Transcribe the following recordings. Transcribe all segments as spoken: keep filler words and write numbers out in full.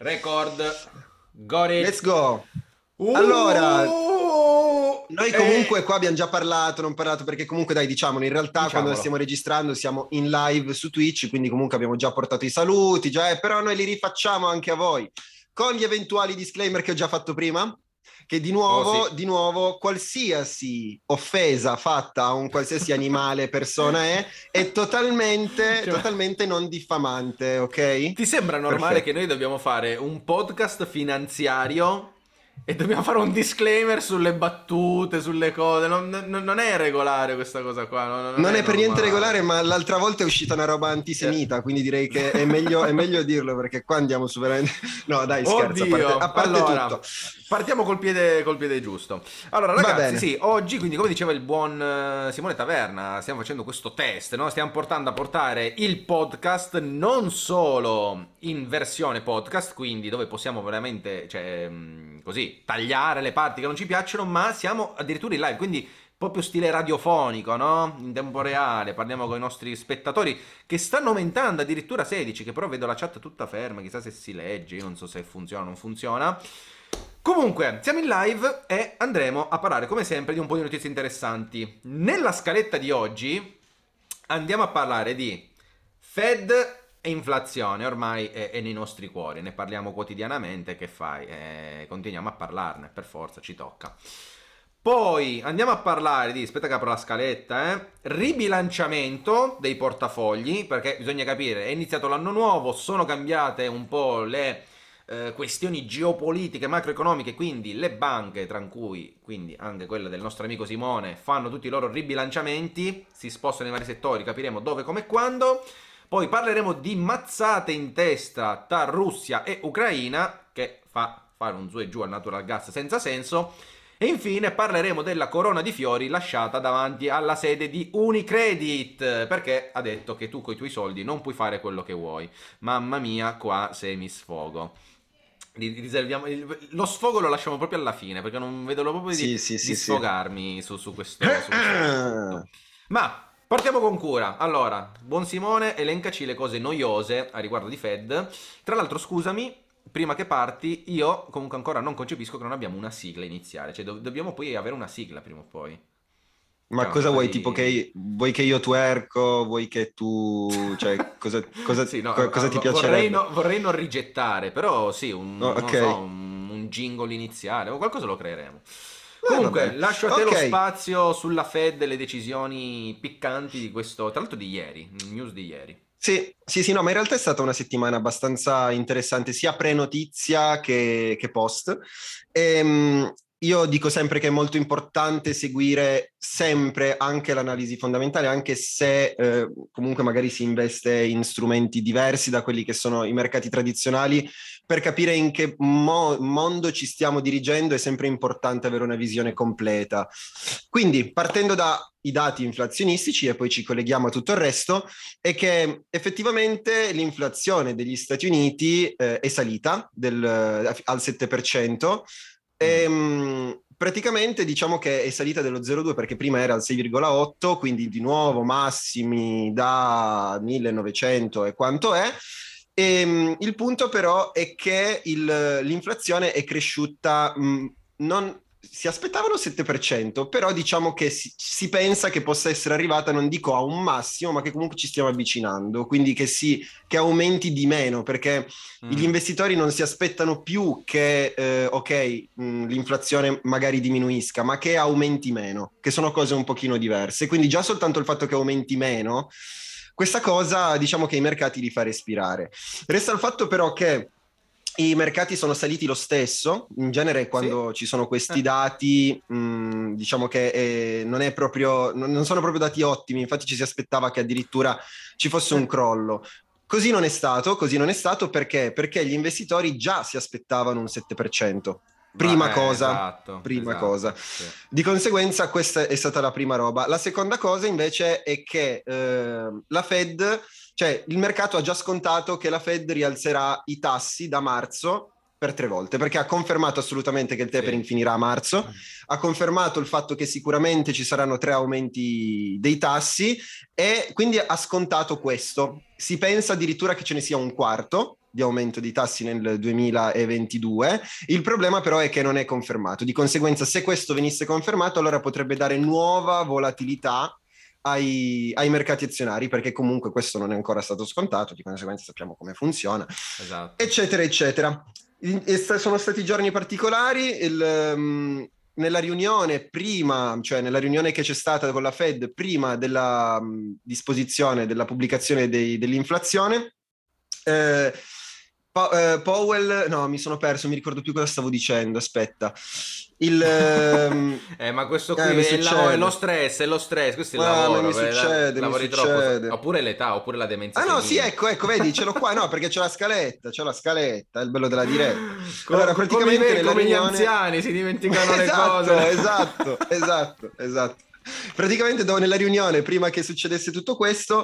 Record. Got it. Let's go. Uh, Allora, noi comunque eh, qua abbiamo già parlato, non parlato perché comunque dai, diciamolo, in realtà quando diciamolo. stiamo registrando siamo in live su Twitch, quindi comunque abbiamo già portato i saluti, già, eh, però noi li rifacciamo anche a voi, con gli eventuali disclaimer che ho già fatto prima, che di Oh nuovo, sì. di nuovo, qualsiasi offesa fatta a un qualsiasi animale, persona è, è totalmente, Cioè, totalmente non diffamante, ok? ti sembra normale che Perfetto. noi dobbiamo fare un podcast finanziario e dobbiamo fare un disclaimer sulle battute, sulle cose? Non, non- non è regolare questa cosa qua, non, non Non è è per niente regolare, normale. ma l'altra volta è uscita una roba Cioè... antisemita, quindi direi che è meglio, è meglio dirlo perché qua andiamo su veramente... No, dai, scherzo, a parte, a Oddio, parte tutto. allora, partiamo col piede, col piede giusto. Allora, Va ragazzi, bene. sì, oggi, quindi, come diceva il buon eh, Simone Taverna, stiamo facendo questo test, no? Stiamo portando a portare il podcast non solo in versione podcast, quindi dove possiamo veramente, cioè, mh, così, tagliare le parti che non ci piacciono, ma siamo addirittura in live, quindi proprio stile radiofonico, no? In tempo reale, parliamo con i nostri spettatori che stanno aumentando addirittura sedici, che però vedo la chat tutta ferma, chissà se si legge, io non so se funziona o non funziona. Comunque, siamo in live e andremo a parlare come sempre di un po' di notizie interessanti. Nella scaletta di oggi andiamo a parlare di Fed e inflazione, ormai è, è nei nostri cuori, ne parliamo quotidianamente, che fai? Eh, continuiamo a parlarne, per forza, ci tocca. Poi andiamo a parlare di, aspetta che apro la scaletta, eh, ribilanciamento dei portafogli, perché bisogna capire, è iniziato l'anno nuovo, sono cambiate un po' le eh, questioni geopolitiche, macroeconomiche, quindi le banche, tra cui quindi anche quella del nostro amico Simone, fanno tutti i loro ribilanciamenti, si spostano nei vari settori, capiremo dove, come e quando. Poi parleremo di mazzate in testa tra Russia e Ucraina, che fa fare un su e giù al natural gas senza senso. E infine parleremo della corona di fiori lasciata davanti alla sede di Unicredit, perché ha detto che tu con i tuoi soldi non puoi fare quello che vuoi. Mamma mia, qua se mi sfogo. Riserviamo, lo sfogo lo lasciamo proprio alla fine, perché non vedo proprio di, Sì, sì, di sì, sì. sfogarmi su, su questo, su questo argomento. Ma partiamo con cura. Allora, buon Simone, elencaci le cose noiose a riguardo di Fed. Tra l'altro, scusami, prima che parti, io comunque ancora non concepisco che non abbiamo una sigla iniziale. Cioè, do- dobbiamo poi avere una sigla prima o poi. Ma Cioè, una cosa sorta vuoi? Tipo di... che vuoi che io twerco? Vuoi che tu... Cioè, cosa, cosa, Sì, no, co- cosa ti eh, vorrei, piacerebbe? no- vorrei non rigettare, però sì, Oh, un, non ok. lo so, un, un jingle iniziale o qualcosa lo creeremo. Eh, va Comunque, bene. lascio a te lo Ok. spazio sulla Fed e le decisioni piccanti di questo, tra l'altro di ieri, news di ieri. Sì, sì, sì, no, ma in realtà è stata una settimana abbastanza interessante, sia pre-notizia che, che post. Ehm, io dico sempre che è molto importante seguire sempre anche l'analisi fondamentale, anche se eh, comunque magari si investe in strumenti diversi da quelli che sono i mercati tradizionali, per capire in che mo- mondo ci stiamo dirigendo è sempre importante avere una visione completa. Quindi, partendo dai dati inflazionistici e poi ci colleghiamo a tutto il resto, è che effettivamente l'inflazione degli Stati Uniti eh, è salita del, al sette per cento. Mm. E, mh, praticamente diciamo che è salita dello zero virgola due perché prima era al sei virgola otto, quindi di nuovo massimi da millenovecento e quanto è. E, mh, il punto però è che il, l'inflazione è cresciuta, mh, non, si aspettavano il sette per cento, però diciamo che si, si pensa che possa essere arrivata, non dico a un massimo, ma che comunque ci stiamo avvicinando, quindi che, si, che aumenti di meno, perché gli Mm. investitori non si aspettano più che, eh, ok, mh, l'inflazione magari diminuisca, ma che aumenti meno, che sono cose un pochino diverse. Quindi già soltanto il fatto che aumenti meno, questa cosa diciamo che i mercati li fa respirare. Resta il fatto però che i mercati sono saliti lo stesso, in genere Sì? quando ci sono questi Eh. dati, mh, diciamo che eh, non è proprio, non sono proprio dati ottimi, infatti ci si aspettava che addirittura ci fosse un Eh. crollo. Così non è stato, così non è stato perché? Perché gli investitori già si aspettavano un sette per cento. Prima Ma, eh, cosa, esatto, prima cosa. esatto, sì. Di conseguenza questa è stata la prima roba. La seconda cosa invece è che eh, la Fed, cioè il mercato ha già scontato che la Fed rialzerà i tassi da marzo per tre volte, perché ha confermato assolutamente che il tapering Sì. finirà a marzo, ha confermato il fatto che sicuramente ci saranno tre aumenti dei tassi e quindi ha scontato questo. Si pensa addirittura che ce ne sia un quarto, di aumento dei tassi nel duemilaventidue. Il problema però è che non è confermato. Di conseguenza, se questo venisse confermato, allora potrebbe dare nuova volatilità ai, ai mercati azionari, perché comunque questo non è ancora stato scontato, di conseguenza sappiamo come funziona, Esatto. eccetera, eccetera. E sono stati giorni particolari. Il, um, nella riunione prima, cioè nella riunione che c'è stata con la Fed prima della um, disposizione della pubblicazione dei, dell'inflazione, eh, Pa- eh, Powell, no, mi sono perso, mi ricordo più cosa stavo dicendo, aspetta. Il, ehm, eh, ma questo qui eh, mi è, il lavo- è lo succede. stress, è lo stress, questo è il Ah, ma lavoro, mi eh, la- succede, mi lavori troppo, succede. oppure l'età, oppure la demenza Ah no, sì, senile. ecco, ecco, vedi, ce l'ho qua, no, perché c'è la scaletta, c'è la scaletta, è il bello della diretta. Co- Allora, co- come, i praticamente ve- nella come gli riunione... anziani si dimenticano le Esatto, cose. esatto, esatto, esatto. Praticamente do- nella riunione, prima che succedesse tutto questo,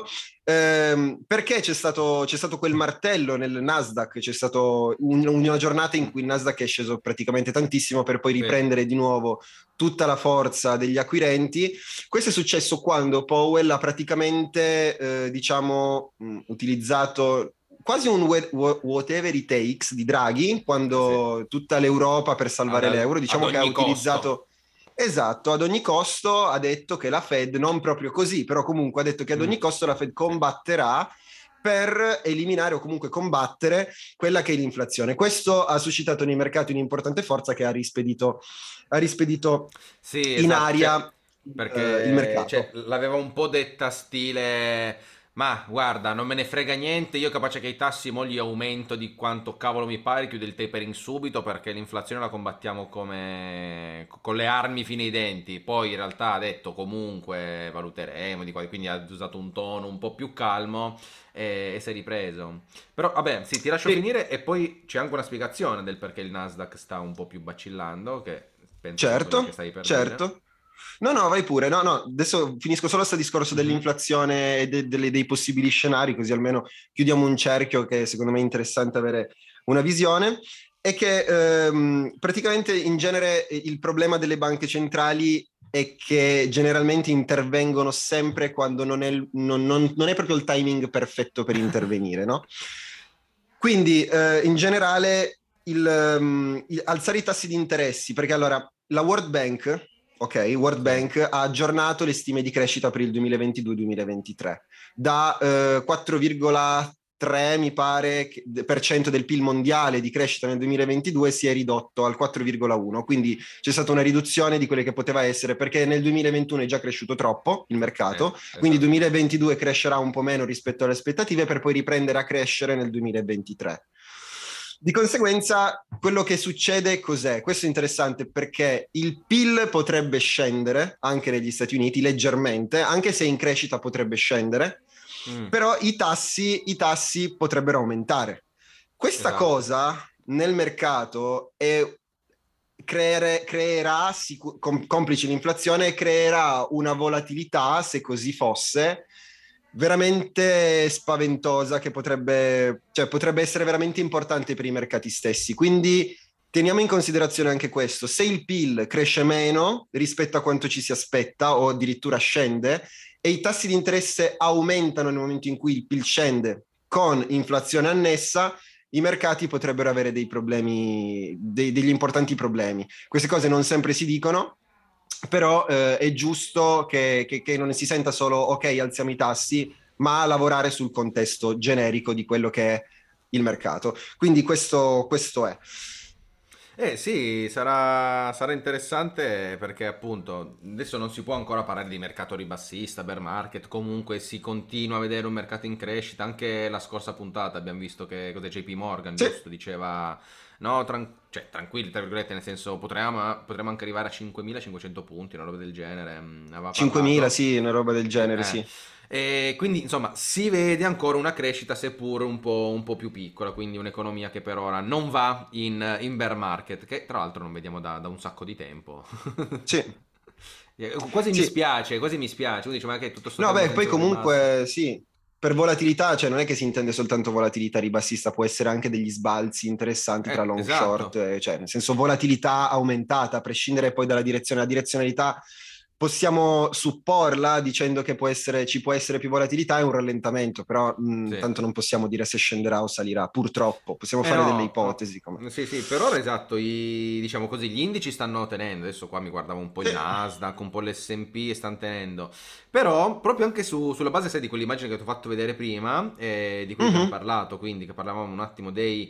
ehm, perché c'è stato, c'è stato quel martello nel Nasdaq, c'è stata un, una giornata in cui il Nasdaq è sceso praticamente tantissimo per poi Sì. riprendere di nuovo tutta la forza degli acquirenti. Questo è successo quando Powell ha praticamente, eh, diciamo, mh, utilizzato quasi un whatever it takes di Draghi, quando Sì. tutta l'Europa per salvare Ad, l'euro, ad diciamo che ha ogni costo. utilizzato... Esatto, ad ogni costo ha detto che la Fed, non proprio così, però comunque ha detto che ad ogni Mm. costo la Fed combatterà per eliminare o comunque combattere quella che è l'inflazione. Questo ha suscitato nei mercati un'importante forza che ha rispedito, ha rispedito Sì, in esatto, cioè, aria eh, il perché cioè, mercato. l'aveva un po' detta stile, ma guarda, non me ne frega niente, io capace che i tassi mo li aumento di quanto cavolo mi pare, chiudo il tapering subito perché l'inflazione la combattiamo come con le armi fino ai denti. Poi in realtà ha detto comunque valuteremo, di qua- quindi ha usato un tono un po' più calmo e, e si è ripreso. Però vabbè, sì, ti lascio Sì, finire e poi c'è anche una spiegazione del perché il Nasdaq sta un po' più vacillando, che penso sia quella che certo, stai per dire. certo. No, no, vai pure. No, no, adesso finisco solo questo discorso Mhm. dell'inflazione e de- delle- dei possibili scenari, così almeno chiudiamo un cerchio che secondo me è interessante avere una visione. È che ehm, praticamente in genere il problema delle banche centrali è che generalmente intervengono sempre quando non è, il- non- non- non è proprio il timing perfetto per intervenire, no? Quindi eh, in generale il, um, il- alzare i tassi di interessi, perché allora la World Bank, ok, World Sì. Bank ha aggiornato le stime di crescita per il duemilaventidue-duemilaventitré da eh, quattro virgola tre mi pare che- per cento del P I L mondiale di crescita nel duemilaventidue si è ridotto al quattro virgola uno, quindi c'è stata una riduzione di quelle che poteva essere, perché nel duemilaventuno è già cresciuto troppo il Sì, mercato, quindi esatto. duemilaventidue crescerà un po' meno rispetto alle aspettative per poi riprendere a crescere nel duemilaventitré. Di conseguenza, quello che succede cos'è? Questo è interessante perché il P I L potrebbe scendere anche negli Stati Uniti leggermente, anche se in crescita potrebbe scendere, Mm, però i tassi, i tassi potrebbero aumentare. Questa esatto. cosa nel mercato è, creere, creerà, sicu- com- complice l'inflazione, creerà una volatilità, se così fosse, veramente spaventosa, che potrebbe, cioè, potrebbe essere veramente importante per i mercati stessi. Quindi teniamo in considerazione anche questo. Se il P I L cresce meno rispetto a quanto ci si aspetta o addirittura scende e i tassi di interesse aumentano nel momento in cui il P I L scende con inflazione annessa, i mercati potrebbero avere dei problemi, dei, degli importanti problemi. Queste cose non sempre si dicono, però eh, è giusto che, che, che non si senta solo ok, alziamo i tassi, ma lavorare sul contesto generico di quello che è il mercato. Quindi questo, questo è. Eh sì, sarà, sarà interessante perché appunto adesso non si può ancora parlare di mercato ribassista, bear market, comunque si continua a vedere un mercato in crescita, anche la scorsa puntata abbiamo visto che cos'è J P Morgan, Sì, giusto? Diceva no, tran- cioè, tranquilli, tra virgolette, nel senso potremmo, potremmo anche arrivare a cinquemilacinquecento punti, una roba del genere, mm, aveva cinquemila, parlato. sì, una roba del Sì, genere, eh. sì. E quindi insomma si vede ancora una crescita seppur un po', un po' più piccola, quindi un'economia che per ora non va in, in bear market, che tra l'altro non vediamo da, da un sacco di tempo. Sì, Eh, Quasi mi sì. spiace, quasi mi spiace, uno dice ma che tutto sto No, tempo beh, poi senza un ribasso? comunque sì, per volatilità, cioè non è che si intende soltanto volatilità ribassista, può essere anche degli sbalzi interessanti tra Eh, long short, esatto. eh, cioè nel senso volatilità aumentata, a prescindere poi dalla direzione, la direzionalità possiamo supporla dicendo che può essere, ci può essere più volatilità e un rallentamento, però mh, Sì. tanto non possiamo dire se scenderà o salirà, purtroppo. Possiamo Eh fare delle no, ipotesi. Come... no. Sì, sì, per ora esatto, i, diciamo così, gli indici stanno tenendo, adesso qua mi guardavo un po' il Sì. Nasdaq, un po' l'esse and pi e stanno tenendo, però proprio anche su- sulla base sai, di quell'immagine che ti ho fatto vedere prima, eh, di cui abbiamo Mhm. parlato, quindi che parlavamo un attimo dei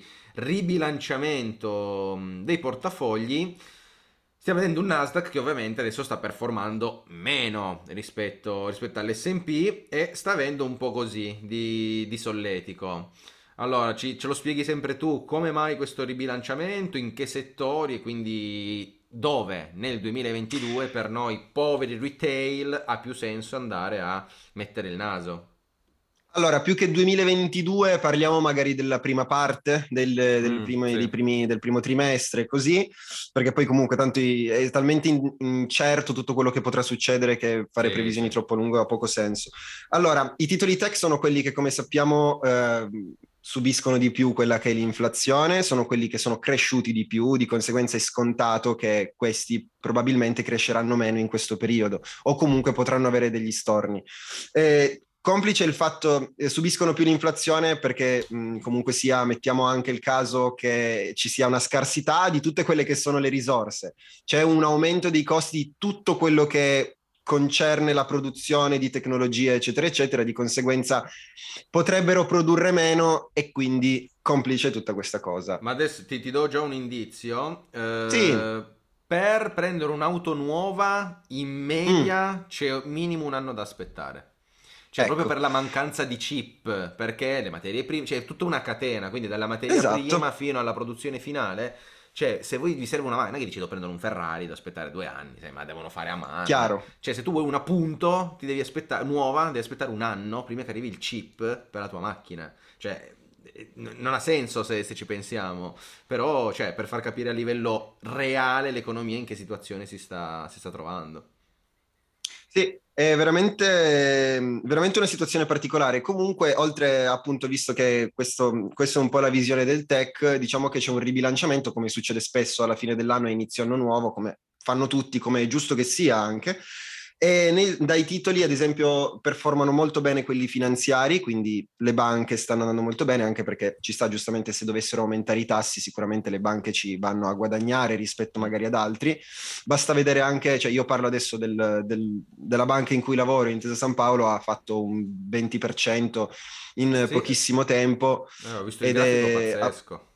ribilanciamento mh, dei portafogli, stiamo vedendo un Nasdaq che ovviamente adesso sta performando meno rispetto, rispetto all'esse and pi e sta avendo un po' così di, di solletico. Allora, ci- ce lo spieghi sempre tu, come mai questo ribilanciamento, in che settori e quindi dove nel duemilaventidue per noi poveri retail ha più senso andare a mettere il naso? Allora, più che duemilaventidue parliamo magari della prima parte del, del Mm, primo, sì, dei primi- del primo trimestre, così, perché poi comunque tanto i- è talmente in- incerto tutto quello che potrà succedere che fare sì, previsioni sì. troppo lunghe ha poco senso. Allora, i titoli tech sono quelli che, come sappiamo, eh, subiscono di più quella che è l'inflazione, sono quelli che sono cresciuti di più, di conseguenza è scontato che questi probabilmente cresceranno meno in questo periodo o comunque potranno avere degli storni. Eh, Complice il fatto che eh, subiscono più l'inflazione perché mh, comunque sia, mettiamo anche il caso che ci sia una scarsità di tutte quelle che sono le risorse. C'è un aumento dei costi di tutto quello che concerne la produzione di tecnologie, eccetera, eccetera. Di conseguenza potrebbero produrre meno e quindi complice tutta questa cosa. Ma adesso ti, ti do già un indizio. Sì, Eh, per prendere un'auto nuova, in mm, media c'è minimo un anno da aspettare. Cioè, proprio per ecco, la mancanza di chip, perché le materie prime, cioè è tutta una catena, quindi dalla materia prima esatto, fino alla produzione finale. Cioè, se voi vi serve una macchina, non è che dici devo prendere un Ferrari, devo aspettare due anni, sai, ma devono fare a mano. chiaro. Cioè, se tu vuoi una punto, ti devi aspettare, nuova, devi aspettare un anno prima che arrivi il chip per la tua macchina. Cioè, eh, n- non ha senso se, se ci pensiamo. Però, cioè, per far capire a livello reale l'economia in che situazione si sta, si sta trovando. Sì, è veramente, veramente una situazione particolare. Comunque, oltre appunto, visto che questo, questa è un po' la visione del tech, diciamo che c'è un ribilanciamento, come succede spesso alla fine dell'anno e inizio anno nuovo, come fanno tutti, come è giusto che sia anche. E nei- dai titoli, ad esempio, performano molto bene quelli finanziari, quindi le banche stanno andando molto bene, anche perché ci sta giustamente se dovessero aumentare i tassi, sicuramente le banche ci vanno a guadagnare rispetto Mm. magari ad altri. Basta vedere anche, cioè io parlo adesso del- del- della banca in cui lavoro, Intesa San Paolo, ha fatto un venti per cento in Sì, eh, pochissimo tempo eh, ho visto il ed grafico è, ha, pazzesco.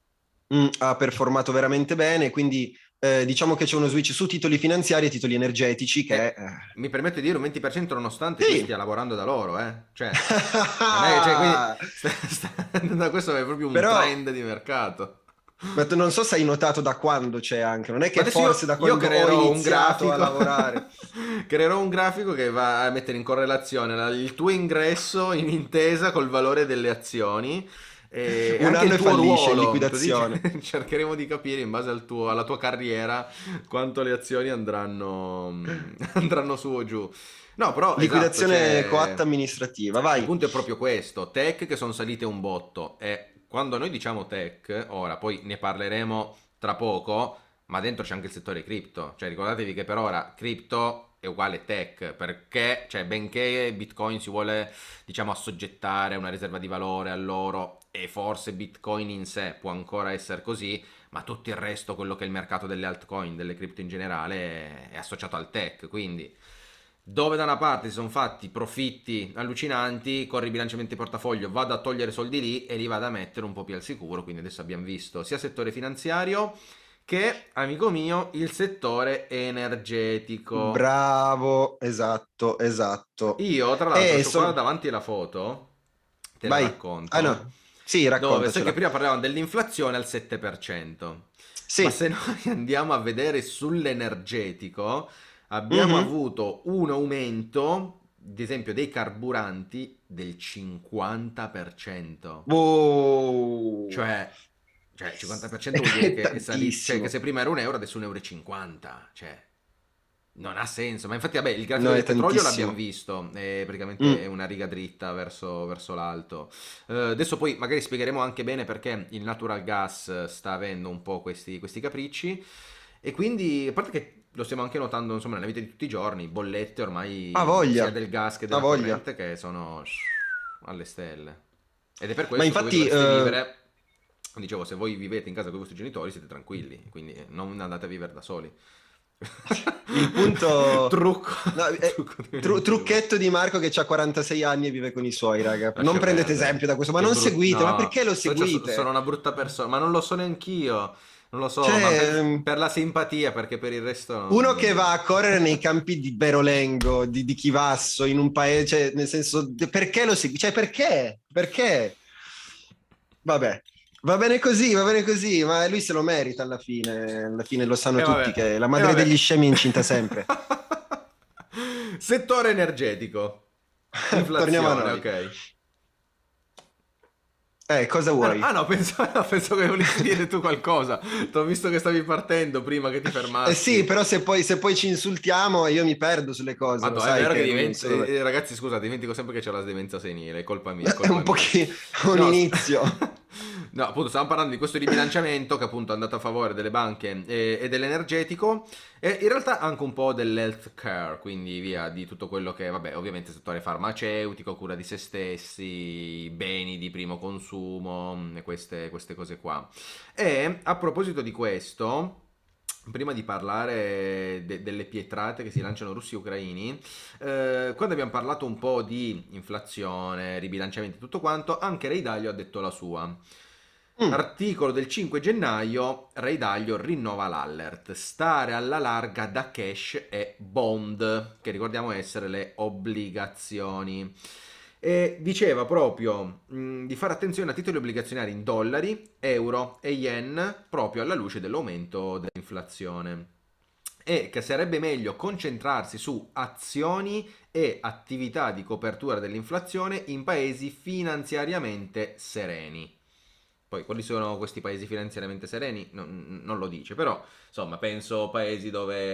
mm, ha performato veramente bene, quindi eh, diciamo che c'è uno switch su titoli finanziari e titoli energetici che... E eh, mi permetto di dire un venti per cento nonostante tu sì, stia lavorando da loro, eh. Cioè, non è che, cioè, quindi, sta, sta- questo è proprio un però trend di mercato. ma tu non so se hai notato da quando c'è anche, non è Ma che adesso forse io, da io quando ho creerò un iniziato a grafico, lavorare. creerò un grafico che va a mettere in correlazione la- il tuo ingresso in intesa col valore delle azioni e, e Un anche anno il e tuo fallisce in ruolo, così liquidazione. ce- cercheremo di capire in base al tuo- alla tua carriera quanto le azioni andranno, andranno su o giù. No, però esatto, Liquidazione cioè, coatta amministrativa, il vai. punto è proprio questo, tech che sono salite un botto e quando noi diciamo tech, ora poi ne parleremo tra poco, ma dentro c'è anche il settore cripto, cioè ricordatevi che per ora cripto è uguale tech, perché, cioè, benché Bitcoin si vuole, diciamo, assoggettare a una riserva di valore all'oro e forse Bitcoin in sé può ancora essere così, ma tutto il resto, quello che è il mercato delle altcoin, delle cripto in generale, è associato al tech, quindi dove da una parte si sono fatti profitti allucinanti con il ribilanciamento di portafoglio, vado a togliere soldi lì e li vado a mettere un po' più al sicuro, quindi adesso abbiamo visto sia settore finanziario che, amico mio, il settore energetico. Bravo, esatto, esatto. Io, tra l'altro, E ho qua sono... davanti la foto, te la Vai. Ah racconto, no, sì, dove sai che raccontacela. prima parlavamo dell'inflazione al sette per cento, ma Sì. se noi andiamo a vedere sull'energetico, abbiamo Mhm. avuto un aumento, ad esempio, dei carburanti del cinquanta per cento. Wow. Cioè, cioè il cinquanta per cento vuol dire È che è salito, cioè che tantissimo. se prima era un euro, adesso è un euro e cinquanta. Cioè, non ha senso, ma infatti, vabbè, il grafico No, è del petrolio l'abbiamo tantissimo. visto, è praticamente è Mm. una riga dritta verso, verso l'alto. Eh, adesso poi magari spiegheremo anche bene perché il natural gas sta avendo un po' questi, questi capricci. E quindi, a parte che lo stiamo anche notando, insomma, nella vita di tutti i giorni, bollette Ha ormai sia voglia, del gas che ha della voglia. corrente che sono alle stelle. Ed è per Ma questo che voi infatti, dovreste eh, vivere, dicevo, se voi vivete in casa con i vostri genitori siete tranquilli, quindi non andate a vivere da soli. il punto... Trucco, No, è- trucco tru- duemilaventidue. trucchetto di Marco che ha quarantasei anni e vive con i suoi, raga. Non Lascia prendete perdere. esempio da questo, ma Che non brutto. seguite, ma No, perché lo so- cioè, so- sono seguite? una brutta persona, ma non lo so neanch'io. Non lo so, ma Cioè, per, ehm, per la simpatia, perché per il resto uno che va non... a correre nei campi di Berolengo, di, di Chivasso, in un paese, cioè, nel senso, de- perché lo segui? Cioè, perché? Perché? Vabbè, va bene così, va bene così, ma lui se lo merita alla fine. Alla fine lo sanno E tutti vabbè, che la e madre vabbè. degli scemi è incinta sempre. Settore energetico. Torniamo a Inflazione, noi. ok. Eh, cosa Ah no, vuoi? ah, no, penso, no, penso che volessi dire tu qualcosa. Ti ho visto che stavi partendo prima che ti Eh sì, fermassi. però se poi, se poi ci insultiamo io mi perdo sulle cose, lo Madonna, è sai vero che che non diventi... sono... eh, eh, ragazzi, scusa, dimentico sempre che c'è la demenza senile, è colpa mia, è È colpa un mia. pochino un No, s- inizio. no, appunto, stavamo parlando di questo ribilanciamento che appunto è andato a favore delle banche e, e dell'energetico e in realtà anche un po' dell'health care, quindi via di tutto quello che, vabbè, ovviamente settore farmaceutico, cura di se stessi, beni di primo consumo e queste, queste cose qua. E a proposito di questo... Prima di parlare de- delle pietrate che si lanciano russi e ucraini, eh, quando abbiamo parlato un po' di inflazione, ribilanciamenti e tutto quanto, anche Ray Dalio ha detto la sua. Mm. Articolo del cinque gennaio, Ray Dalio rinnova l'allert. Stare alla larga da cash e bond, che ricordiamo essere le obbligazioni. E diceva proprio mh, di fare attenzione a titoli obbligazionari in dollari, euro e yen, proprio alla luce dell'aumento dell'inflazione. E che sarebbe meglio concentrarsi su azioni e attività di copertura dell'inflazione in paesi finanziariamente sereni. Poi, quali sono questi paesi finanziariamente sereni? Non, non lo dice, però, insomma, penso paesi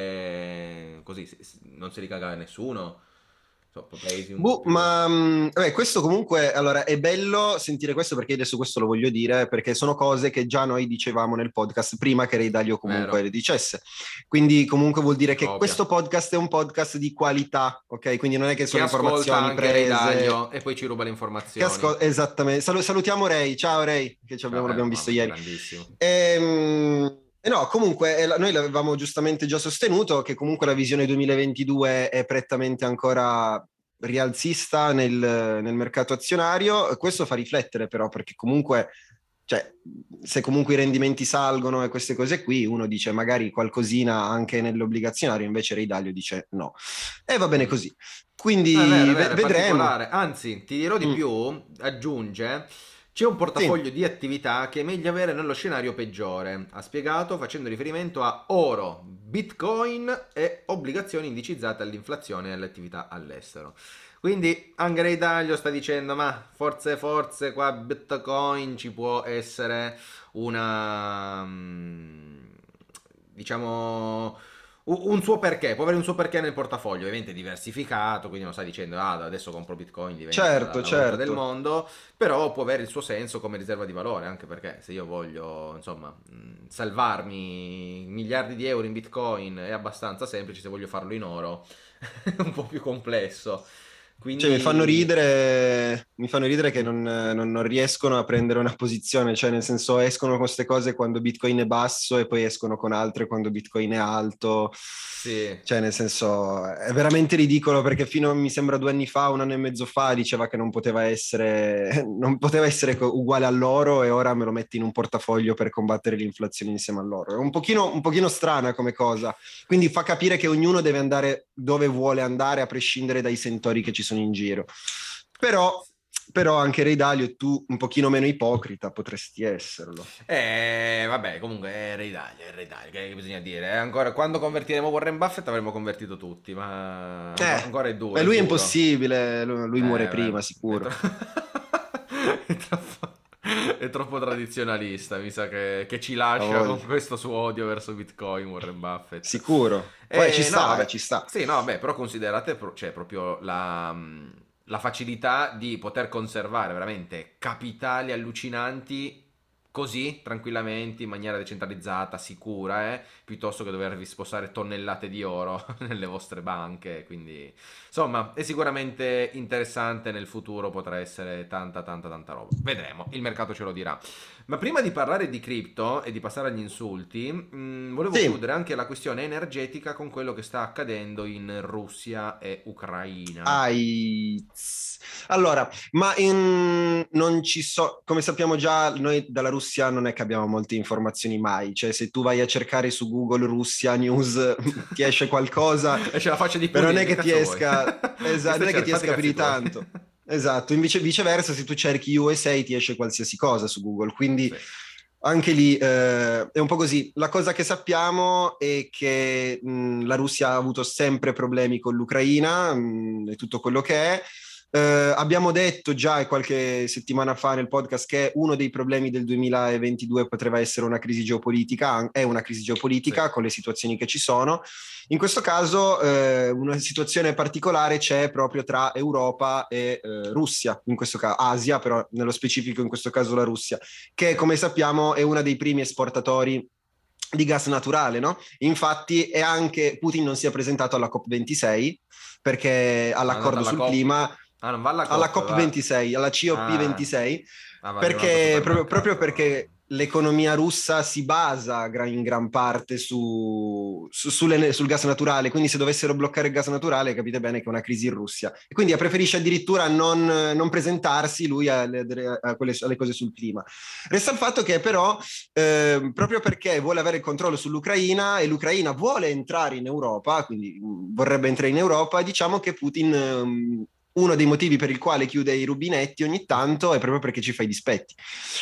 dove così si- non si ricaga nessuno. Insomma, paesi un po' Boh, più... ma mh, vabbè, questo comunque, allora, è bello sentire questo perché adesso questo lo voglio dire, perché sono cose che già noi dicevamo nel podcast prima che Ray Dalio comunque Vero, le dicesse. Quindi comunque vuol dire che copia. questo podcast è un podcast di qualità, ok? Quindi non è che Che sono ascolta informazioni anche Ray prese. Dalio e poi ci ruba le Che informazioni. ascol- esattamente. Salu- salutiamo Ray. Ciao Ray, che ci Cioè, abbiamo- eh, l'abbiamo visto mamma, ieri. grandissimo. Ehm, E no, comunque eh, la- noi l'avevamo giustamente già sostenuto che comunque la visione duemilaventidue è prettamente ancora rialzista nel, nel mercato azionario. Questo fa riflettere però perché comunque, cioè, se comunque i rendimenti salgono e queste cose qui, uno dice magari qualcosina anche nell'obbligazionario, invece Ray Dalio dice no. E va bene Mm. così. No, è vero, Quindi è ve- vero, è vedremo. particolare. Anzi, ti dirò di Mm, più, aggiunge, c'è un sì. portafoglio di attività che è meglio avere nello scenario peggiore. Ha spiegato facendo riferimento a oro, bitcoin e obbligazioni indicizzate all'inflazione e alle attività all'estero. Quindi anche Ray Dalio sta dicendo, ma forse, forse qua bitcoin ci può essere una... mm, diciamo un suo perché, può avere un suo perché nel portafoglio, ovviamente diversificato, quindi non sta dicendo ah adesso compro Bitcoin, diventa la, Certo, la valuta del certo. mondo, però può avere il suo senso come riserva di valore, anche perché se io voglio, insomma, mh, salvarmi miliardi di euro in Bitcoin è abbastanza semplice, se voglio farlo in oro è un po' più complesso. Cioè, mi fanno Quindi ridere, mi fanno ridere che mm, non, non- non riescono a prendere una posizione, cioè nel senso escono con queste cose quando Bitcoin è basso e poi escono con altre quando Bitcoin è alto. sì. Cioè, nel senso, è veramente ridicolo perché fino a, mi sembra due anni fa, un anno e mezzo fa, diceva che non poteva essere, non poteva essere co- uguale all'oro e ora me lo metti in un portafoglio per combattere l'inflazione insieme all'oro. È un pochino, un pochino strana come cosa. Quindi fa capire che ognuno deve andare dove vuole andare a prescindere dai sentori che ci sono in giro. Però, però anche Ray Dalio, tu un pochino meno ipocrita potresti esserlo. Eh, vabbè, comunque è Ray Dalio, è Ray Dalio, che, che bisogna dire? Eh, ancora, quando convertiremo Warren Buffett avremo convertito tutti, ma ancora, Eh, ancora è duro, e è lui è duro. impossibile, lui, lui muore Eh, prima, beh, è, sicuro. tro- è troppo... è troppo tradizionalista, mi sa che, che ci Ha lascia con voglia. questo suo odio verso Bitcoin, Warren Buffett. Sicuro. Poi ci Eh, no, sta, eh, vabbè, ci sta. sì, no, vabbè, però considerate pro- cioè, proprio la, mh, la facilità di poter conservare veramente capitali allucinanti così, tranquillamente, in maniera decentralizzata, sicura, eh, piuttosto che dovervi spostare tonnellate di oro nelle vostre banche. Quindi, insomma, è sicuramente interessante. Nel futuro potrà essere tanta, tanta, tanta roba. Vedremo, il mercato ce lo dirà. Ma prima di parlare di cripto e di passare agli insulti, mh, volevo Sì. chiudere anche la questione energetica con quello che sta accadendo in Russia e Ucraina. Ai... Allora, ma in... non ci so, come sappiamo già, noi dalla Russia non è che abbiamo molte informazioni mai, cioè se tu vai a cercare su Google Russia News ti esce qualcosa, E c'è la faccia di però non Putin, è che che ti cazzo vuoi? esca, Chi esatto, sta non è che ti cercando? Fatti i esca più di cazzi tuoi. tanto. Esatto, invece viceversa, se tu cerchi U S A ti esce qualsiasi cosa su Google, quindi Sì, anche lì eh, è un po' così. La cosa che sappiamo è che mh, la Russia ha avuto sempre problemi con l'Ucraina mh, e tutto quello che è. Eh, abbiamo detto già qualche settimana fa nel podcast che uno dei problemi del duemilaventidue potrebbe essere una crisi geopolitica, è una crisi sì, geopolitica con le situazioni che ci sono. In questo caso eh, una situazione particolare c'è proprio tra Europa e eh, Russia, in questo caso Asia, però nello specifico in questo caso la Russia, che sì. come sappiamo è uno dei primi esportatori di gas naturale, no? Infatti è anche Putin non si è presentato alla COP ventisei perché Sono andato all'accordo alla sul COP. clima, Ah, non va alla alla COP, COP va. ventisei, alla COP Ah, ventisei, ah, va per un altro perché proprio, proprio supermercato. perché l'economia russa si basa gra- in gran parte su, su- sulle- sul gas naturale, quindi se dovessero bloccare il gas naturale capite bene che è una crisi in Russia. E quindi preferisce addirittura non, non presentarsi lui alle, a quelle- alle cose sul clima. Resta il fatto che però, eh, proprio perché vuole avere il controllo sull'Ucraina e l'Ucraina vuole entrare in Europa, quindi mh, vorrebbe entrare in Europa, diciamo che Putin... ehm, uno dei motivi per il quale chiude i rubinetti ogni tanto è proprio perché ci fa i dispetti.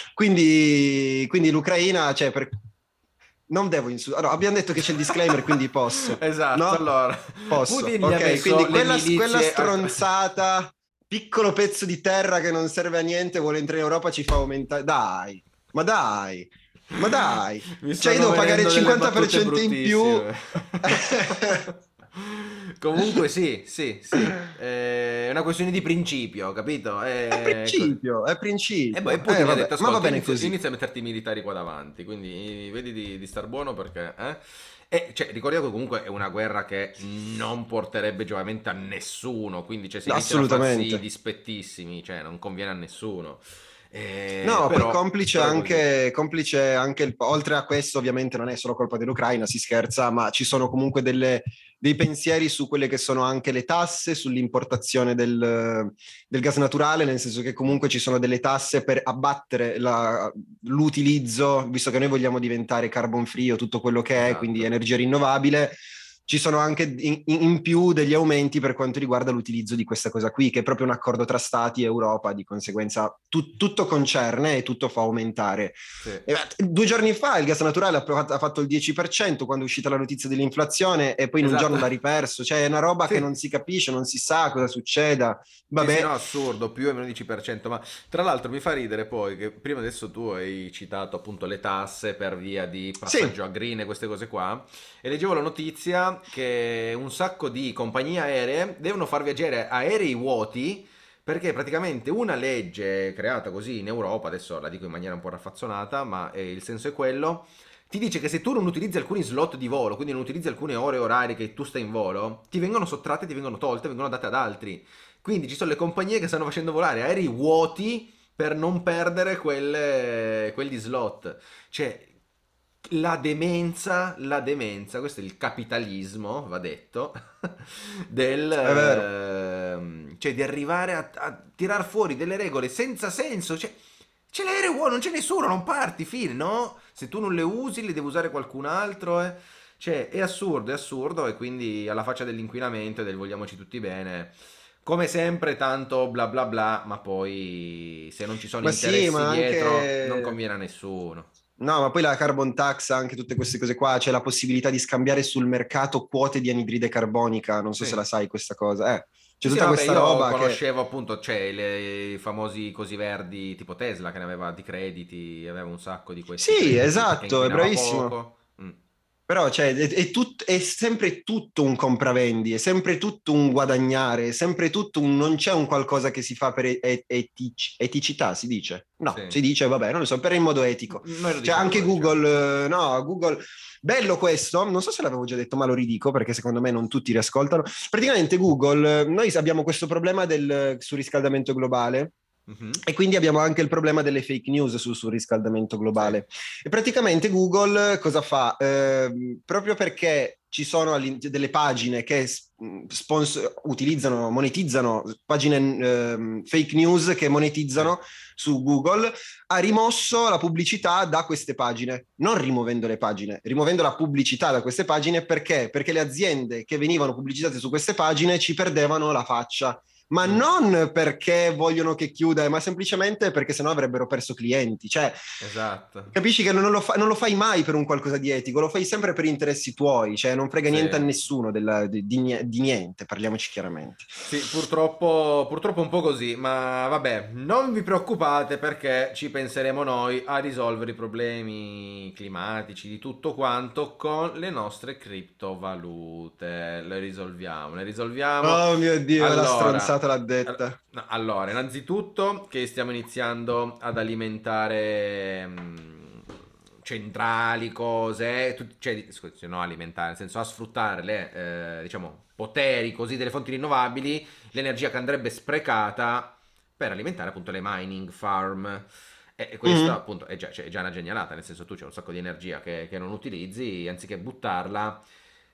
Quindi, quindi l'Ucraina, cioè, per... non devo insultare. Allora, abbiamo detto che c'è il disclaimer, quindi posso, Esatto, no? allora, Posso, Putin gli ha ok. messo Quindi le quella, quella milizie al... stronzata, piccolo pezzo di terra che non serve a niente, vuole entrare in Europa, ci fa aumentare. Dai, ma dai, ma dai. Mi Cioè, io stanno devo pagare il venendo delle cinquanta per battute cento in più. bruttissime. Comunque sì, sì, sì. Eh, È una questione di principio, capito? È È così. principio, è E poi principio. Eh, Putin gli ha vabbè, detto: ma va Ascolta, bene inizia, così. inizia a metterti i militari qua davanti. Quindi vedi di, di star buono perché. Eh? E cioè, ricordiamo che comunque è una guerra che non porterebbe giovamento a nessuno. Quindi, cioè, se iniziano a farsi i Assolutamente. dispettissimi, cioè, non conviene a nessuno. Eh, No, poi però, complice però è così. anche, complice anche il, oltre a questo, ovviamente non è solo colpa dell'Ucraina, si scherza, ma ci sono comunque delle, dei pensieri su quelle che sono anche le tasse, sull'importazione del, del gas naturale, nel senso che Mm, comunque ci sono delle tasse per abbattere la- l'utilizzo, visto che noi vogliamo diventare carbon free o tutto quello che è, quindi esatto. energia rinnovabile. Ci sono anche in, in più degli aumenti per quanto riguarda l'utilizzo di questa cosa qui, che è proprio un accordo tra Stati e Europa, di conseguenza tu- tutto concerne e tutto fa aumentare. Sì. E, beh, due giorni fa il gas naturale ha, provato- ha fatto il dieci per cento quando è uscita la notizia dell'inflazione e poi in un Esatto. giorno l'ha riperso, cioè è una roba che non Sì. si capisce, non si sa cosa succeda. Sì, sì, Vabbè, no, assurdo, più o meno dieci per cento, ma tra l'altro mi fa ridere poi che prima adesso tu hai citato appunto le tasse per via di sì, passaggio a green e queste cose qua, e leggevo la notizia che un sacco di compagnie aeree devono far viaggiare aerei vuoti perché praticamente una legge creata così in Europa, adesso la dico in maniera un po' raffazzonata, ma eh, il senso è quello, ti dice che se tu non utilizzi alcuni slot di volo, quindi non utilizzi alcune ore orarie che tu stai in volo, ti vengono sottratte, ti vengono tolte, vengono date ad altri. Quindi ci sono le compagnie che stanno facendo volare aerei vuoti per non perdere quelle, quegli slot. Cioè, la demenza, la demenza, questo è il capitalismo, va detto, del, è vero. ehm, cioè di arrivare a, a tirar fuori delle regole senza senso. Cioè, c'è l'aereo vuoto, non c'è nessuno, non parti, fine, no? Se tu non le usi, le deve usare qualcun altro, eh. Cioè, è assurdo, è assurdo, e quindi alla faccia dell'inquinamento e del vogliamoci tutti bene. Come sempre, tanto bla bla bla, ma poi se non ci sono Ma sì, interessi ma dietro, non anche... conviene a nessuno. No, ma poi la carbon tax, anche tutte queste cose qua, c'è la possibilità di scambiare sul mercato quote di anidride carbonica, non so se Sì. la sai questa cosa. Eh, c'è Sì, sì, tutta no, vabbè, questa io roba che... conoscevo appunto, cioè, le- i famosi cosi verdi tipo Tesla che ne aveva di crediti, aveva un sacco di questi Sì, crediti perché esatto, è inquinava bravissimo. poco. Mm. Però cioè, è, è, tut- è sempre tutto un compravendi, è sempre tutto un guadagnare, è sempre tutto un... non c'è un qualcosa che si fa per et- etic- eticità, si dice? No, Sì. si dice, vabbè, non lo so, per il modo etico. Noi lo Cioè diciamo, anche lo diciamo. Google, eh, no, Google... Bello questo, non so se l'avevo già detto, ma lo ridico perché secondo me non tutti riascoltano. Praticamente Google, noi abbiamo questo problema del surriscaldamento globale. Mhm. E quindi abbiamo anche il problema delle fake news sul surriscaldamento Sì. globale. E praticamente Google cosa fa? Eh, proprio perché ci sono delle pagine che sponsor- utilizzano, monetizzano pagine eh, fake news che Sì. monetizzano su Google, ha rimosso la pubblicità da queste pagine, non rimuovendo le pagine, rimuovendo la pubblicità da queste pagine perché? Perché le aziende che venivano pubblicizzate su queste pagine ci perdevano la faccia. Ma Mm. non perché vogliono che chiuda, ma semplicemente perché sennò avrebbero perso clienti. Cioè, Esatto. capisci che non lo, fa- non lo fai mai per un qualcosa di etico, lo fai sempre per interessi tuoi, cioè non frega Sì. niente a nessuno della- di, di- di niente, parliamoci chiaramente. Sì, purtroppo, purtroppo un po' così, ma vabbè, non vi preoccupate perché ci penseremo noi a risolvere i problemi climatici di tutto quanto con le nostre criptovalute. Le risolviamo, le risolviamo. Oh mio Dio, la Allora, stronzata l'ha all- detta. no, allora, innanzitutto che stiamo iniziando ad alimentare mh, centrali, cose, tut- cioè, scusi, no, alimentare, nel senso a sfruttare le, eh, diciamo, poteri così delle fonti rinnovabili, l'energia che andrebbe sprecata per alimentare appunto le mining farm. E e questa Mhm. appunto è già, cioè, è già una genialata, nel senso tu c'è un sacco di energia che, che non utilizzi, anziché buttarla,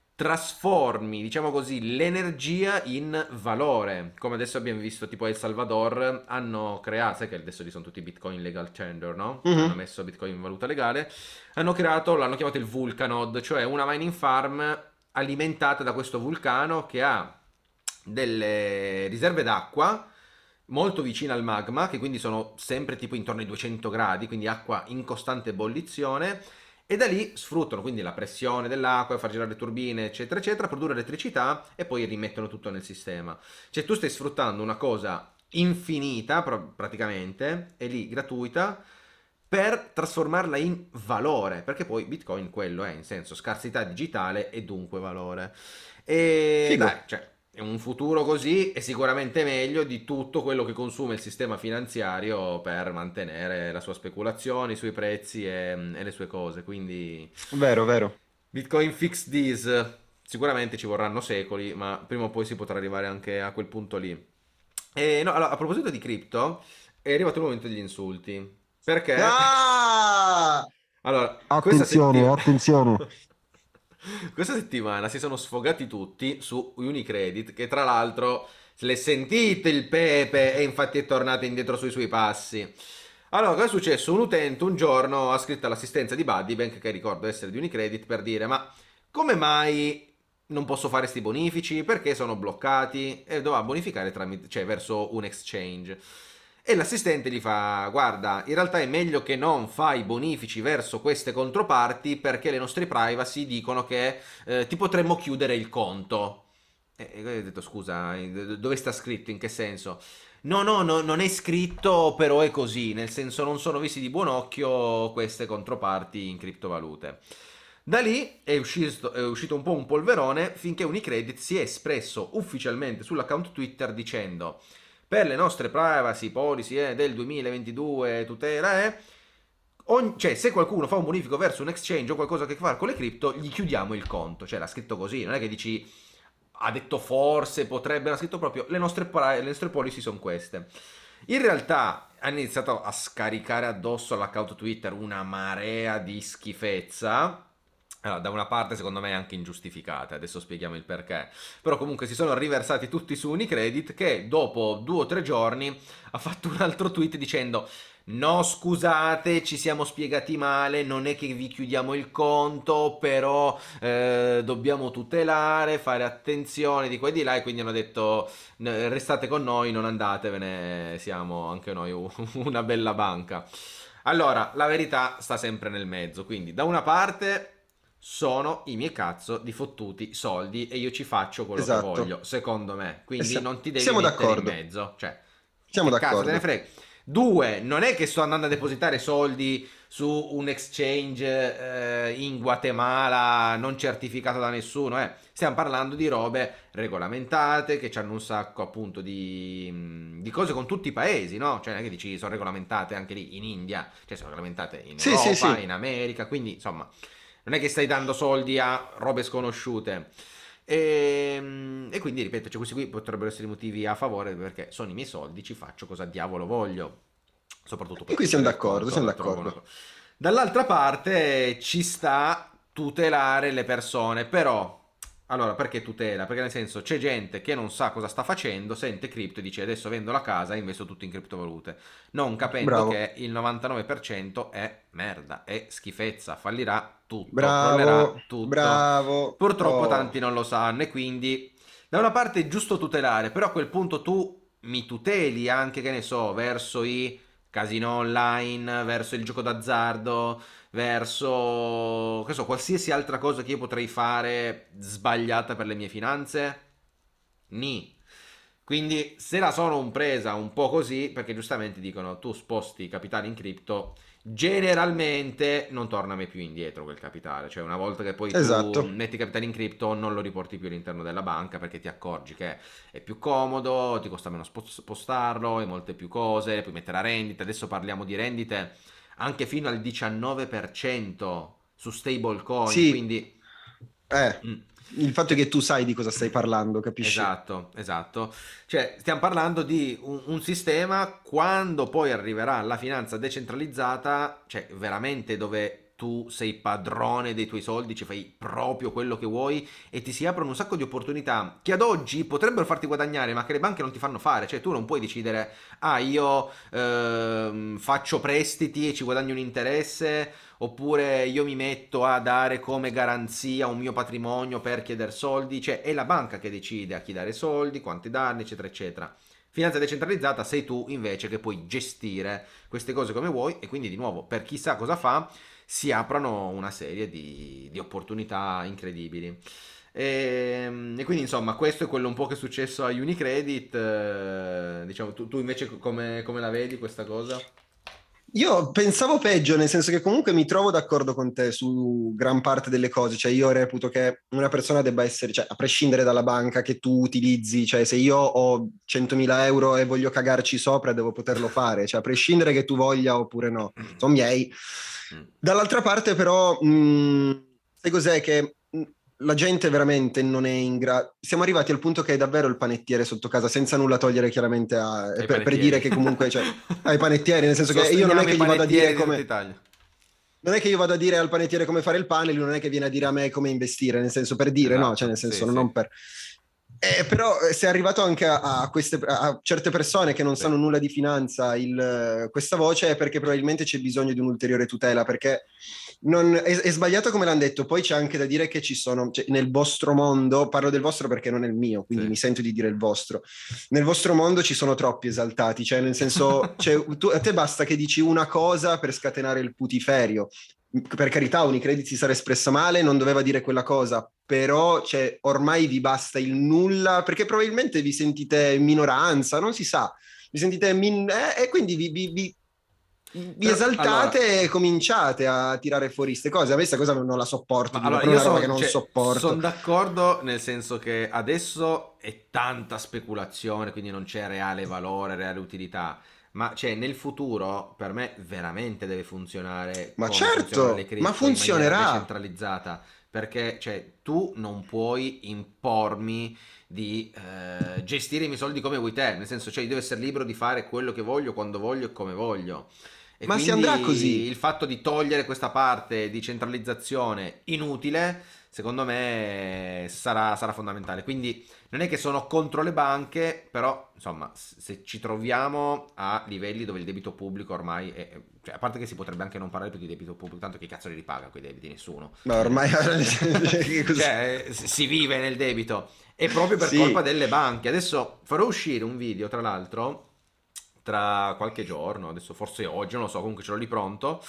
trasformi, diciamo così, l'energia in valore. Come adesso abbiamo visto, tipo a El Salvador hanno creato, sai che adesso lì sono tutti Bitcoin legal tender, no? Hanno Mhm. messo Bitcoin in valuta legale. Hanno creato, l'hanno chiamato il Vulcanod, cioè una mining farm alimentata da questo vulcano che ha delle riserve d'acqua molto vicine al magma, che quindi sono sempre tipo intorno ai duecento gradi, quindi acqua in costante ebollizione, e da lì sfruttano quindi la pressione dell'acqua, far girare le turbine, eccetera, eccetera, produrre elettricità e poi rimettono tutto nel sistema. Cioè tu stai sfruttando una cosa infinita, pr- praticamente, è lì gratuita, per trasformarla in valore, perché poi Bitcoin quello è, in senso scarsità digitale e dunque valore. E dai, Figo. cioè, è un futuro così è sicuramente meglio di tutto quello che consuma il sistema finanziario per mantenere la sua speculazione, i suoi prezzi e, e le sue cose. Quindi Vero, vero. Bitcoin fix this. Sicuramente ci vorranno secoli, ma prima o poi si potrà arrivare anche a quel punto lì. E no, allora, a proposito di cripto, è arrivato il momento degli insulti. Perché? Ah! Allora, questa Attenzione, settimana... attenzione. questa settimana si sono sfogati tutti su Unicredit, che tra l'altro se l'è sentito il Pepe e infatti è tornato indietro sui suoi passi. Allora, cosa è successo? Un utente un giorno ha scritto all'assistenza di Buddybank, che ricordo essere di Unicredit, per dire: ma come mai non posso fare sti bonifici? Perché sono bloccati? E doveva bonificare tramite, cioè, verso un exchange. E l'assistente gli fa: guarda, in realtà è meglio che non fai bonifici verso queste controparti perché le nostre privacy dicono che eh, ti potremmo chiudere il conto. E e io ho detto: scusa, eh, dove sta scritto? In che senso? No, no, no, non è scritto, però è così, nel senso non sono visti di buon occhio queste controparti in criptovalute. Da lì è uscito, è uscito un po' un polverone finché Unicredit si è espresso ufficialmente sull'account Twitter dicendo: per le nostre privacy policy eh, del duemilaventidue, tutela, eh, ogni- cioè se qualcuno fa un bonifico verso un exchange o qualcosa che fa con le cripto, gli chiudiamo il conto. Cioè l'ha scritto così, non è che dici ha detto forse, potrebbe, ha scritto proprio le nostre, pri- le nostre policy sono queste. In realtà hanno iniziato a scaricare addosso all'account Twitter una marea di schifezza. Allora, da una parte secondo me è anche ingiustificata, adesso spieghiamo il perché. Però comunque si sono riversati tutti su Unicredit che dopo due o tre giorni ha fatto un altro tweet dicendo: no, scusate, ci siamo spiegati male, non è che vi chiudiamo il conto, però eh, dobbiamo tutelare, fare attenzione di qua e di là, e quindi hanno detto: "N- restate con noi, non andatevene, siamo anche noi u- una bella banca." Allora, la verità sta sempre nel mezzo, quindi da una parte sono i miei cazzo di fottuti soldi e io ci faccio quello che Esatto. voglio, secondo me. E Quindi sia- non ti devi siamo mettere in d'accordo. mezzo. Cioè, Siamo che cazzo te ne d'accordo. frega? Due, non è che sto andando a depositare soldi su un exchange eh, in Guatemala non certificato da nessuno, eh. Stiamo parlando di robe regolamentate che hanno un sacco appunto di, di cose con tutti i paesi, no? Cioè non è che dici sono regolamentate anche lì in India, cioè sono regolamentate in Sì, sì, Europa, sì. in America, quindi insomma non è che stai dando soldi a robe sconosciute. E, e quindi ripeto, cioè, questi qui potrebbero essere i motivi a favore perché sono i miei soldi, ci faccio cosa diavolo voglio, soprattutto E per qui chiudere siamo il d'accordo, siamo conto, trovo una d'accordo. cosa. Dall'altra parte ci sta tutelare le persone, però allora perché tutela? Perché nel senso c'è gente che non sa cosa sta facendo, sente cripto e dice adesso vendo la casa e investo tutto in criptovalute, non capendo Bravo, che il novantanove per cento è merda, è schifezza, fallirà tutto, bravo, crollerà tutto. bravo. Purtroppo tanti Oh. non lo sanno e quindi da una parte è giusto tutelare, però a quel punto tu mi tuteli anche, che ne so, verso i casino online, verso il gioco d'azzardo, verso, che so, qualsiasi altra cosa che io potrei fare sbagliata per le mie finanze? Ni. Quindi se la sono presa un po' così, perché giustamente dicono tu sposti i capitali in cripto, generalmente non torna mai più indietro quel capitale, cioè una volta che poi tu Esatto. metti i capitali in cripto non lo riporti più all'interno della banca perché ti accorgi che è più comodo, ti costa meno spostarlo, hai molte più cose, puoi mettere a rendite, adesso parliamo di rendite anche fino al diciannove per cento su stablecoin, Sì, quindi eh, mm, il fatto è che cioè, tu sai di cosa stai parlando, capisci? esatto, esatto. Cioè, stiamo parlando di un, un sistema quando poi arriverà la finanza decentralizzata, cioè veramente dove tu sei padrone dei tuoi soldi, cioè fai proprio quello che vuoi e ti si aprono un sacco di opportunità che ad oggi potrebbero farti guadagnare, ma che le banche non ti fanno fare. Cioè, tu non puoi decidere, ah, io ehm, faccio prestiti e ci guadagno un interesse. Oppure io mi metto a dare come garanzia un mio patrimonio per chiedere soldi, cioè è la banca che decide a chi dare soldi, quanti darne, eccetera, eccetera. Finanza decentralizzata sei tu invece che puoi gestire queste cose come vuoi e quindi di nuovo per chi sa cosa fa si aprono una serie di, di opportunità incredibili. E, e quindi insomma questo è quello un po' che è successo a Unicredit, eh, diciamo tu, tu invece come, come la vedi questa cosa? Io pensavo peggio, nel senso che comunque mi trovo d'accordo con te su gran parte delle cose, cioè io reputo che una persona debba essere, cioè a prescindere dalla banca che tu utilizzi, cioè se io ho centomila euro e voglio cagarci sopra devo poterlo fare, cioè a prescindere che tu voglia oppure no, sono miei. Mm. Dall'altra parte però, mh, sai cos'è che mh, la gente veramente non è in grado. Siamo arrivati al punto che è davvero il panettiere sotto casa, senza nulla togliere chiaramente a... Ai per, per dire panettieri. che comunque, cioè, ai panettieri, nel senso che io non è Sosteniamo i che gli vado a dire panettieri di tutta come... Italia. Non è che io vado a dire al panettiere come fare il pane, lui non è che viene a dire a me come investire, nel senso per dire, no, cioè Esatto, nel sì, senso sì, non per... Eh, però eh, se è arrivato anche a, a queste, a certe persone che non sì. sanno nulla di finanza il, questa voce è perché probabilmente c'è bisogno di un'ulteriore tutela, perché non, è, è sbagliato come l'hanno detto, poi c'è anche da dire che ci sono, cioè, nel vostro mondo, parlo del vostro perché non è il mio, quindi Sì. mi sento di dire il vostro, nel vostro mondo ci sono troppi esaltati, cioè nel senso, cioè, tu, a te basta che dici una cosa per scatenare il putiferio. Per carità, Unicredit si sarà espressa male, non doveva dire quella cosa, però cioè, ormai vi basta il nulla, perché probabilmente vi sentite in minoranza, non si sa, vi sentite min- eh, e quindi vi, vi, vi, vi Però, allora, esaltate e cominciate a tirare fuori queste cose. A me questa cosa non la sopporto, ma di una, allora proprio io una roba che sono non cioè, sopporto. son d'accordo nel senso che adesso è tanta speculazione, quindi non c'è reale valore, reale utilità. Ma cioè, nel futuro per me veramente deve funzionare Ma come funzionano le certo, ma cripto in maniera funzionerà. decentralizzata. Perché cioè, tu non puoi impormi di eh, gestire i miei soldi come vuoi te. Nel senso, cioè, io devo essere libero di fare quello che voglio, quando voglio e come voglio. E Ma si andrà quindi così. il fatto di togliere questa parte di centralizzazione inutile, secondo me, sarà, sarà fondamentale. Quindi non è che sono contro le banche, però insomma, se ci troviamo a livelli dove il debito pubblico ormai è... Cioè, a parte che si potrebbe anche non parlare più di debito pubblico, tanto che cazzo li ripaga quei debiti? Nessuno. Ma ormai che cos'è? Cioè, si vive nel debito. E proprio per colpa Sì, delle banche. Adesso farò uscire un video, tra l'altro, tra qualche giorno, adesso forse oggi, non lo so, comunque ce l'ho lì pronto,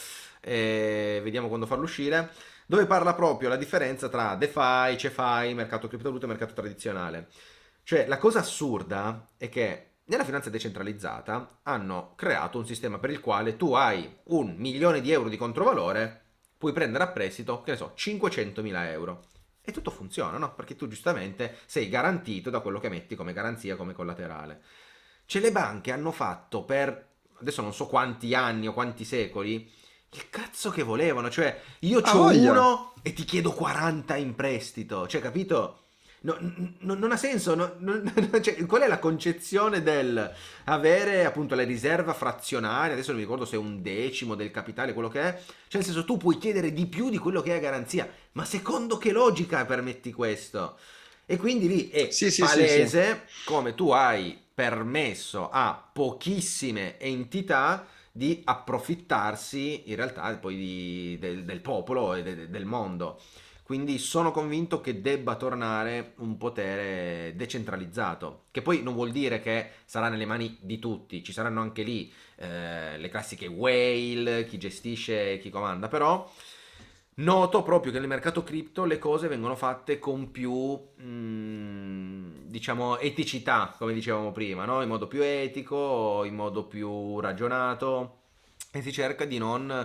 e vediamo quando farlo uscire, dove parla proprio la differenza tra DeFi, CeFi, mercato criptovalute e mercato tradizionale. Cioè, la cosa assurda è che nella finanza decentralizzata hanno creato un sistema per il quale tu hai un milione di euro di controvalore, puoi prendere a prestito, che ne so, cinquecentomila euro. E tutto funziona, no? Perché tu giustamente sei garantito da quello che metti come garanzia, come collaterale. Cioè le banche hanno fatto per, adesso non so quanti anni o quanti secoli, il cazzo che volevano. Cioè io Ah, c'ho voglia. uno e ti chiedo quaranta in prestito. Cioè, capito? No, n- n- non ha senso. no- non- cioè, qual è la concezione del avere appunto la riserva frazionaria? Adesso non mi ricordo se è un decimo del capitale, quello che è. Cioè, nel senso, tu puoi chiedere di più di quello che è a garanzia. Ma secondo che logica permetti questo? E quindi lì è Sì, sì, sì, sì. palese come tu hai permesso a pochissime entità di approfittarsi in realtà poi di- del, del popolo e de- del mondo. Quindi sono convinto che debba tornare un potere decentralizzato, che poi non vuol dire che sarà nelle mani di tutti, ci saranno anche lì eh, le classiche whale, chi gestisce e chi comanda, però noto proprio che nel mercato cripto le cose vengono fatte con più, mm, diciamo, eticità, come dicevamo prima, no? In modo più etico, in modo più ragionato, e si cerca di non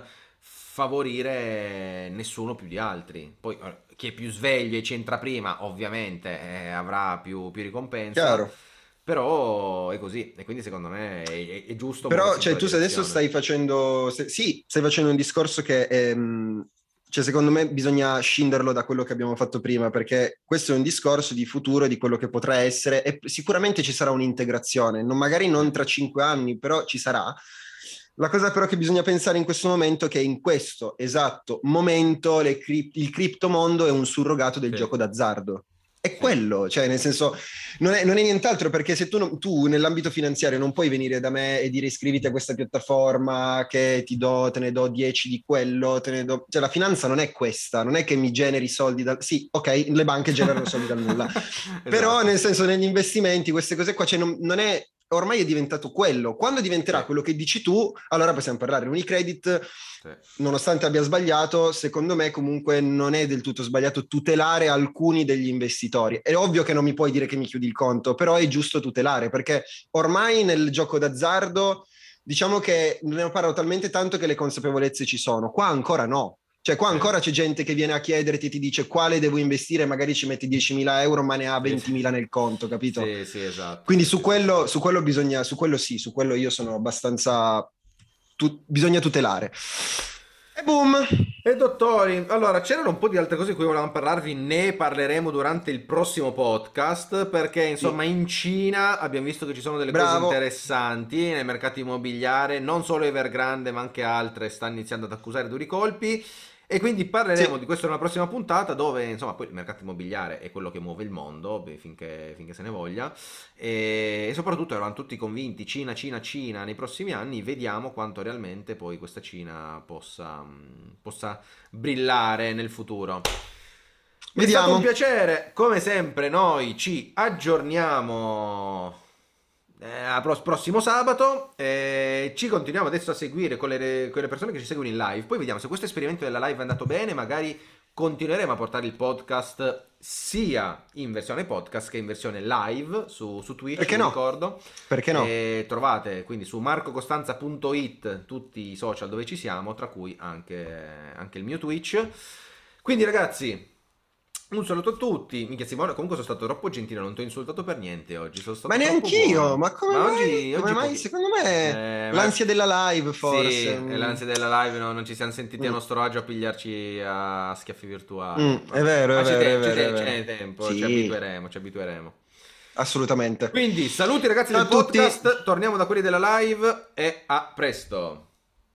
favorire nessuno più di altri. Poi eh, chi è più sveglio e ci entra prima, ovviamente, eh, avrà più, più ricompensa. Chiaro. Però è così, e quindi secondo me è, è- è giusto Però, muoversi in cioè, quella tu se adesso direzione. stai facendo, se- sì, stai facendo un discorso che, ehm, cioè, secondo me bisogna scinderlo da quello che abbiamo fatto prima, perché questo è un discorso di futuro, di quello che potrà essere, e sicuramente ci sarà un'integrazione, non- magari non Sì, tra cinque anni, però ci sarà. La cosa però che bisogna pensare in questo momento è che in questo esatto momento le cri- il criptomondo è un surrogato del sì, gioco d'azzardo. È sì. quello, cioè nel senso non è, non è nient'altro, perché se tu, non- tu nell'ambito finanziario non puoi venire da me e dire iscriviti a questa piattaforma che ti do, te ne do dieci di quello, te ne do... Cioè la finanza non è questa, non è che mi generi soldi dal... Sì, ok, le banche generano soldi dal nulla, però Esatto. nel senso negli investimenti, queste cose qua, cioè non, non è... Ormai è diventato quello. Quando Sì, diventerà quello che dici tu, allora possiamo parlare. Unicredit, sì. nonostante abbia sbagliato, secondo me comunque non è del tutto sbagliato tutelare alcuni degli investitori. È ovvio che non mi puoi dire che mi chiudi il conto, però è giusto tutelare, perché ormai nel gioco d'azzardo diciamo che ne parlo talmente tanto che le consapevolezze ci sono. Qua ancora no. Cioè qua Sì, ancora c'è gente che viene a chiederti e ti dice quale devo investire, magari ci metti diecimila euro ma ne ha sì, sì, ventimila nel conto, capito? sì, sì, esatto, Quindi sì, su sì, sì, sì. quello, su quello bisogna, su quello sì, su quello io sono abbastanza... tu- bisogna tutelare. E boom! E dottori, allora c'erano un po' di altre cose di cui volevamo parlarvi, ne parleremo durante il prossimo podcast, perché insomma Sì, in Cina abbiamo visto che ci sono delle cose bravo. interessanti nel mercato immobiliare, non solo Evergrande ma anche altre stanno iniziando ad accusare duri colpi, e quindi parleremo Sì, di questo nella prossima puntata, dove insomma poi il mercato immobiliare è quello che muove il mondo, beh, finché, finché se ne voglia, e, e soprattutto eravamo tutti convinti Cina, Cina, Cina nei prossimi anni, vediamo quanto realmente poi questa Cina possa, mh, possa brillare nel futuro. È stato un vediamo. piacere, come sempre noi ci aggiorniamo eh, a pros- prossimo sabato, e ci continuiamo adesso a seguire con le, con le persone che ci seguono in live, poi vediamo se questo esperimento della live è andato bene, magari continueremo a portare il podcast sia in versione podcast che in versione live su, su Twitch, Perché vi no? ricordo. Perché no? E trovate quindi su marcocostanza punto it tutti i social dove ci siamo, tra cui anche, anche il mio Twitch. Quindi ragazzi, un saluto a tutti. Minchia Simone, comunque sono stato troppo gentile, non ti ho insultato per niente oggi, sono Ma stato troppo neanch'io, buono. ma come Ma mai? oggi, Come oggi mai? pochi... Secondo me Eh, ma... l'ansia della live Sì, forse. è Mm. l'ansia della live, no? Non ci siamo sentiti a Mm. nostro agio a pigliarci a schiaffi Mm, virtuali. è Vabbè. vero, è Ma c'è, vero, è te- c'è, vero, è te- vero. c'è tempo, ci Sì, abitueremo, ci abitueremo. assolutamente. Quindi, saluti ragazzi Ciao del a tutti. podcast, torniamo da quelli della live e a presto.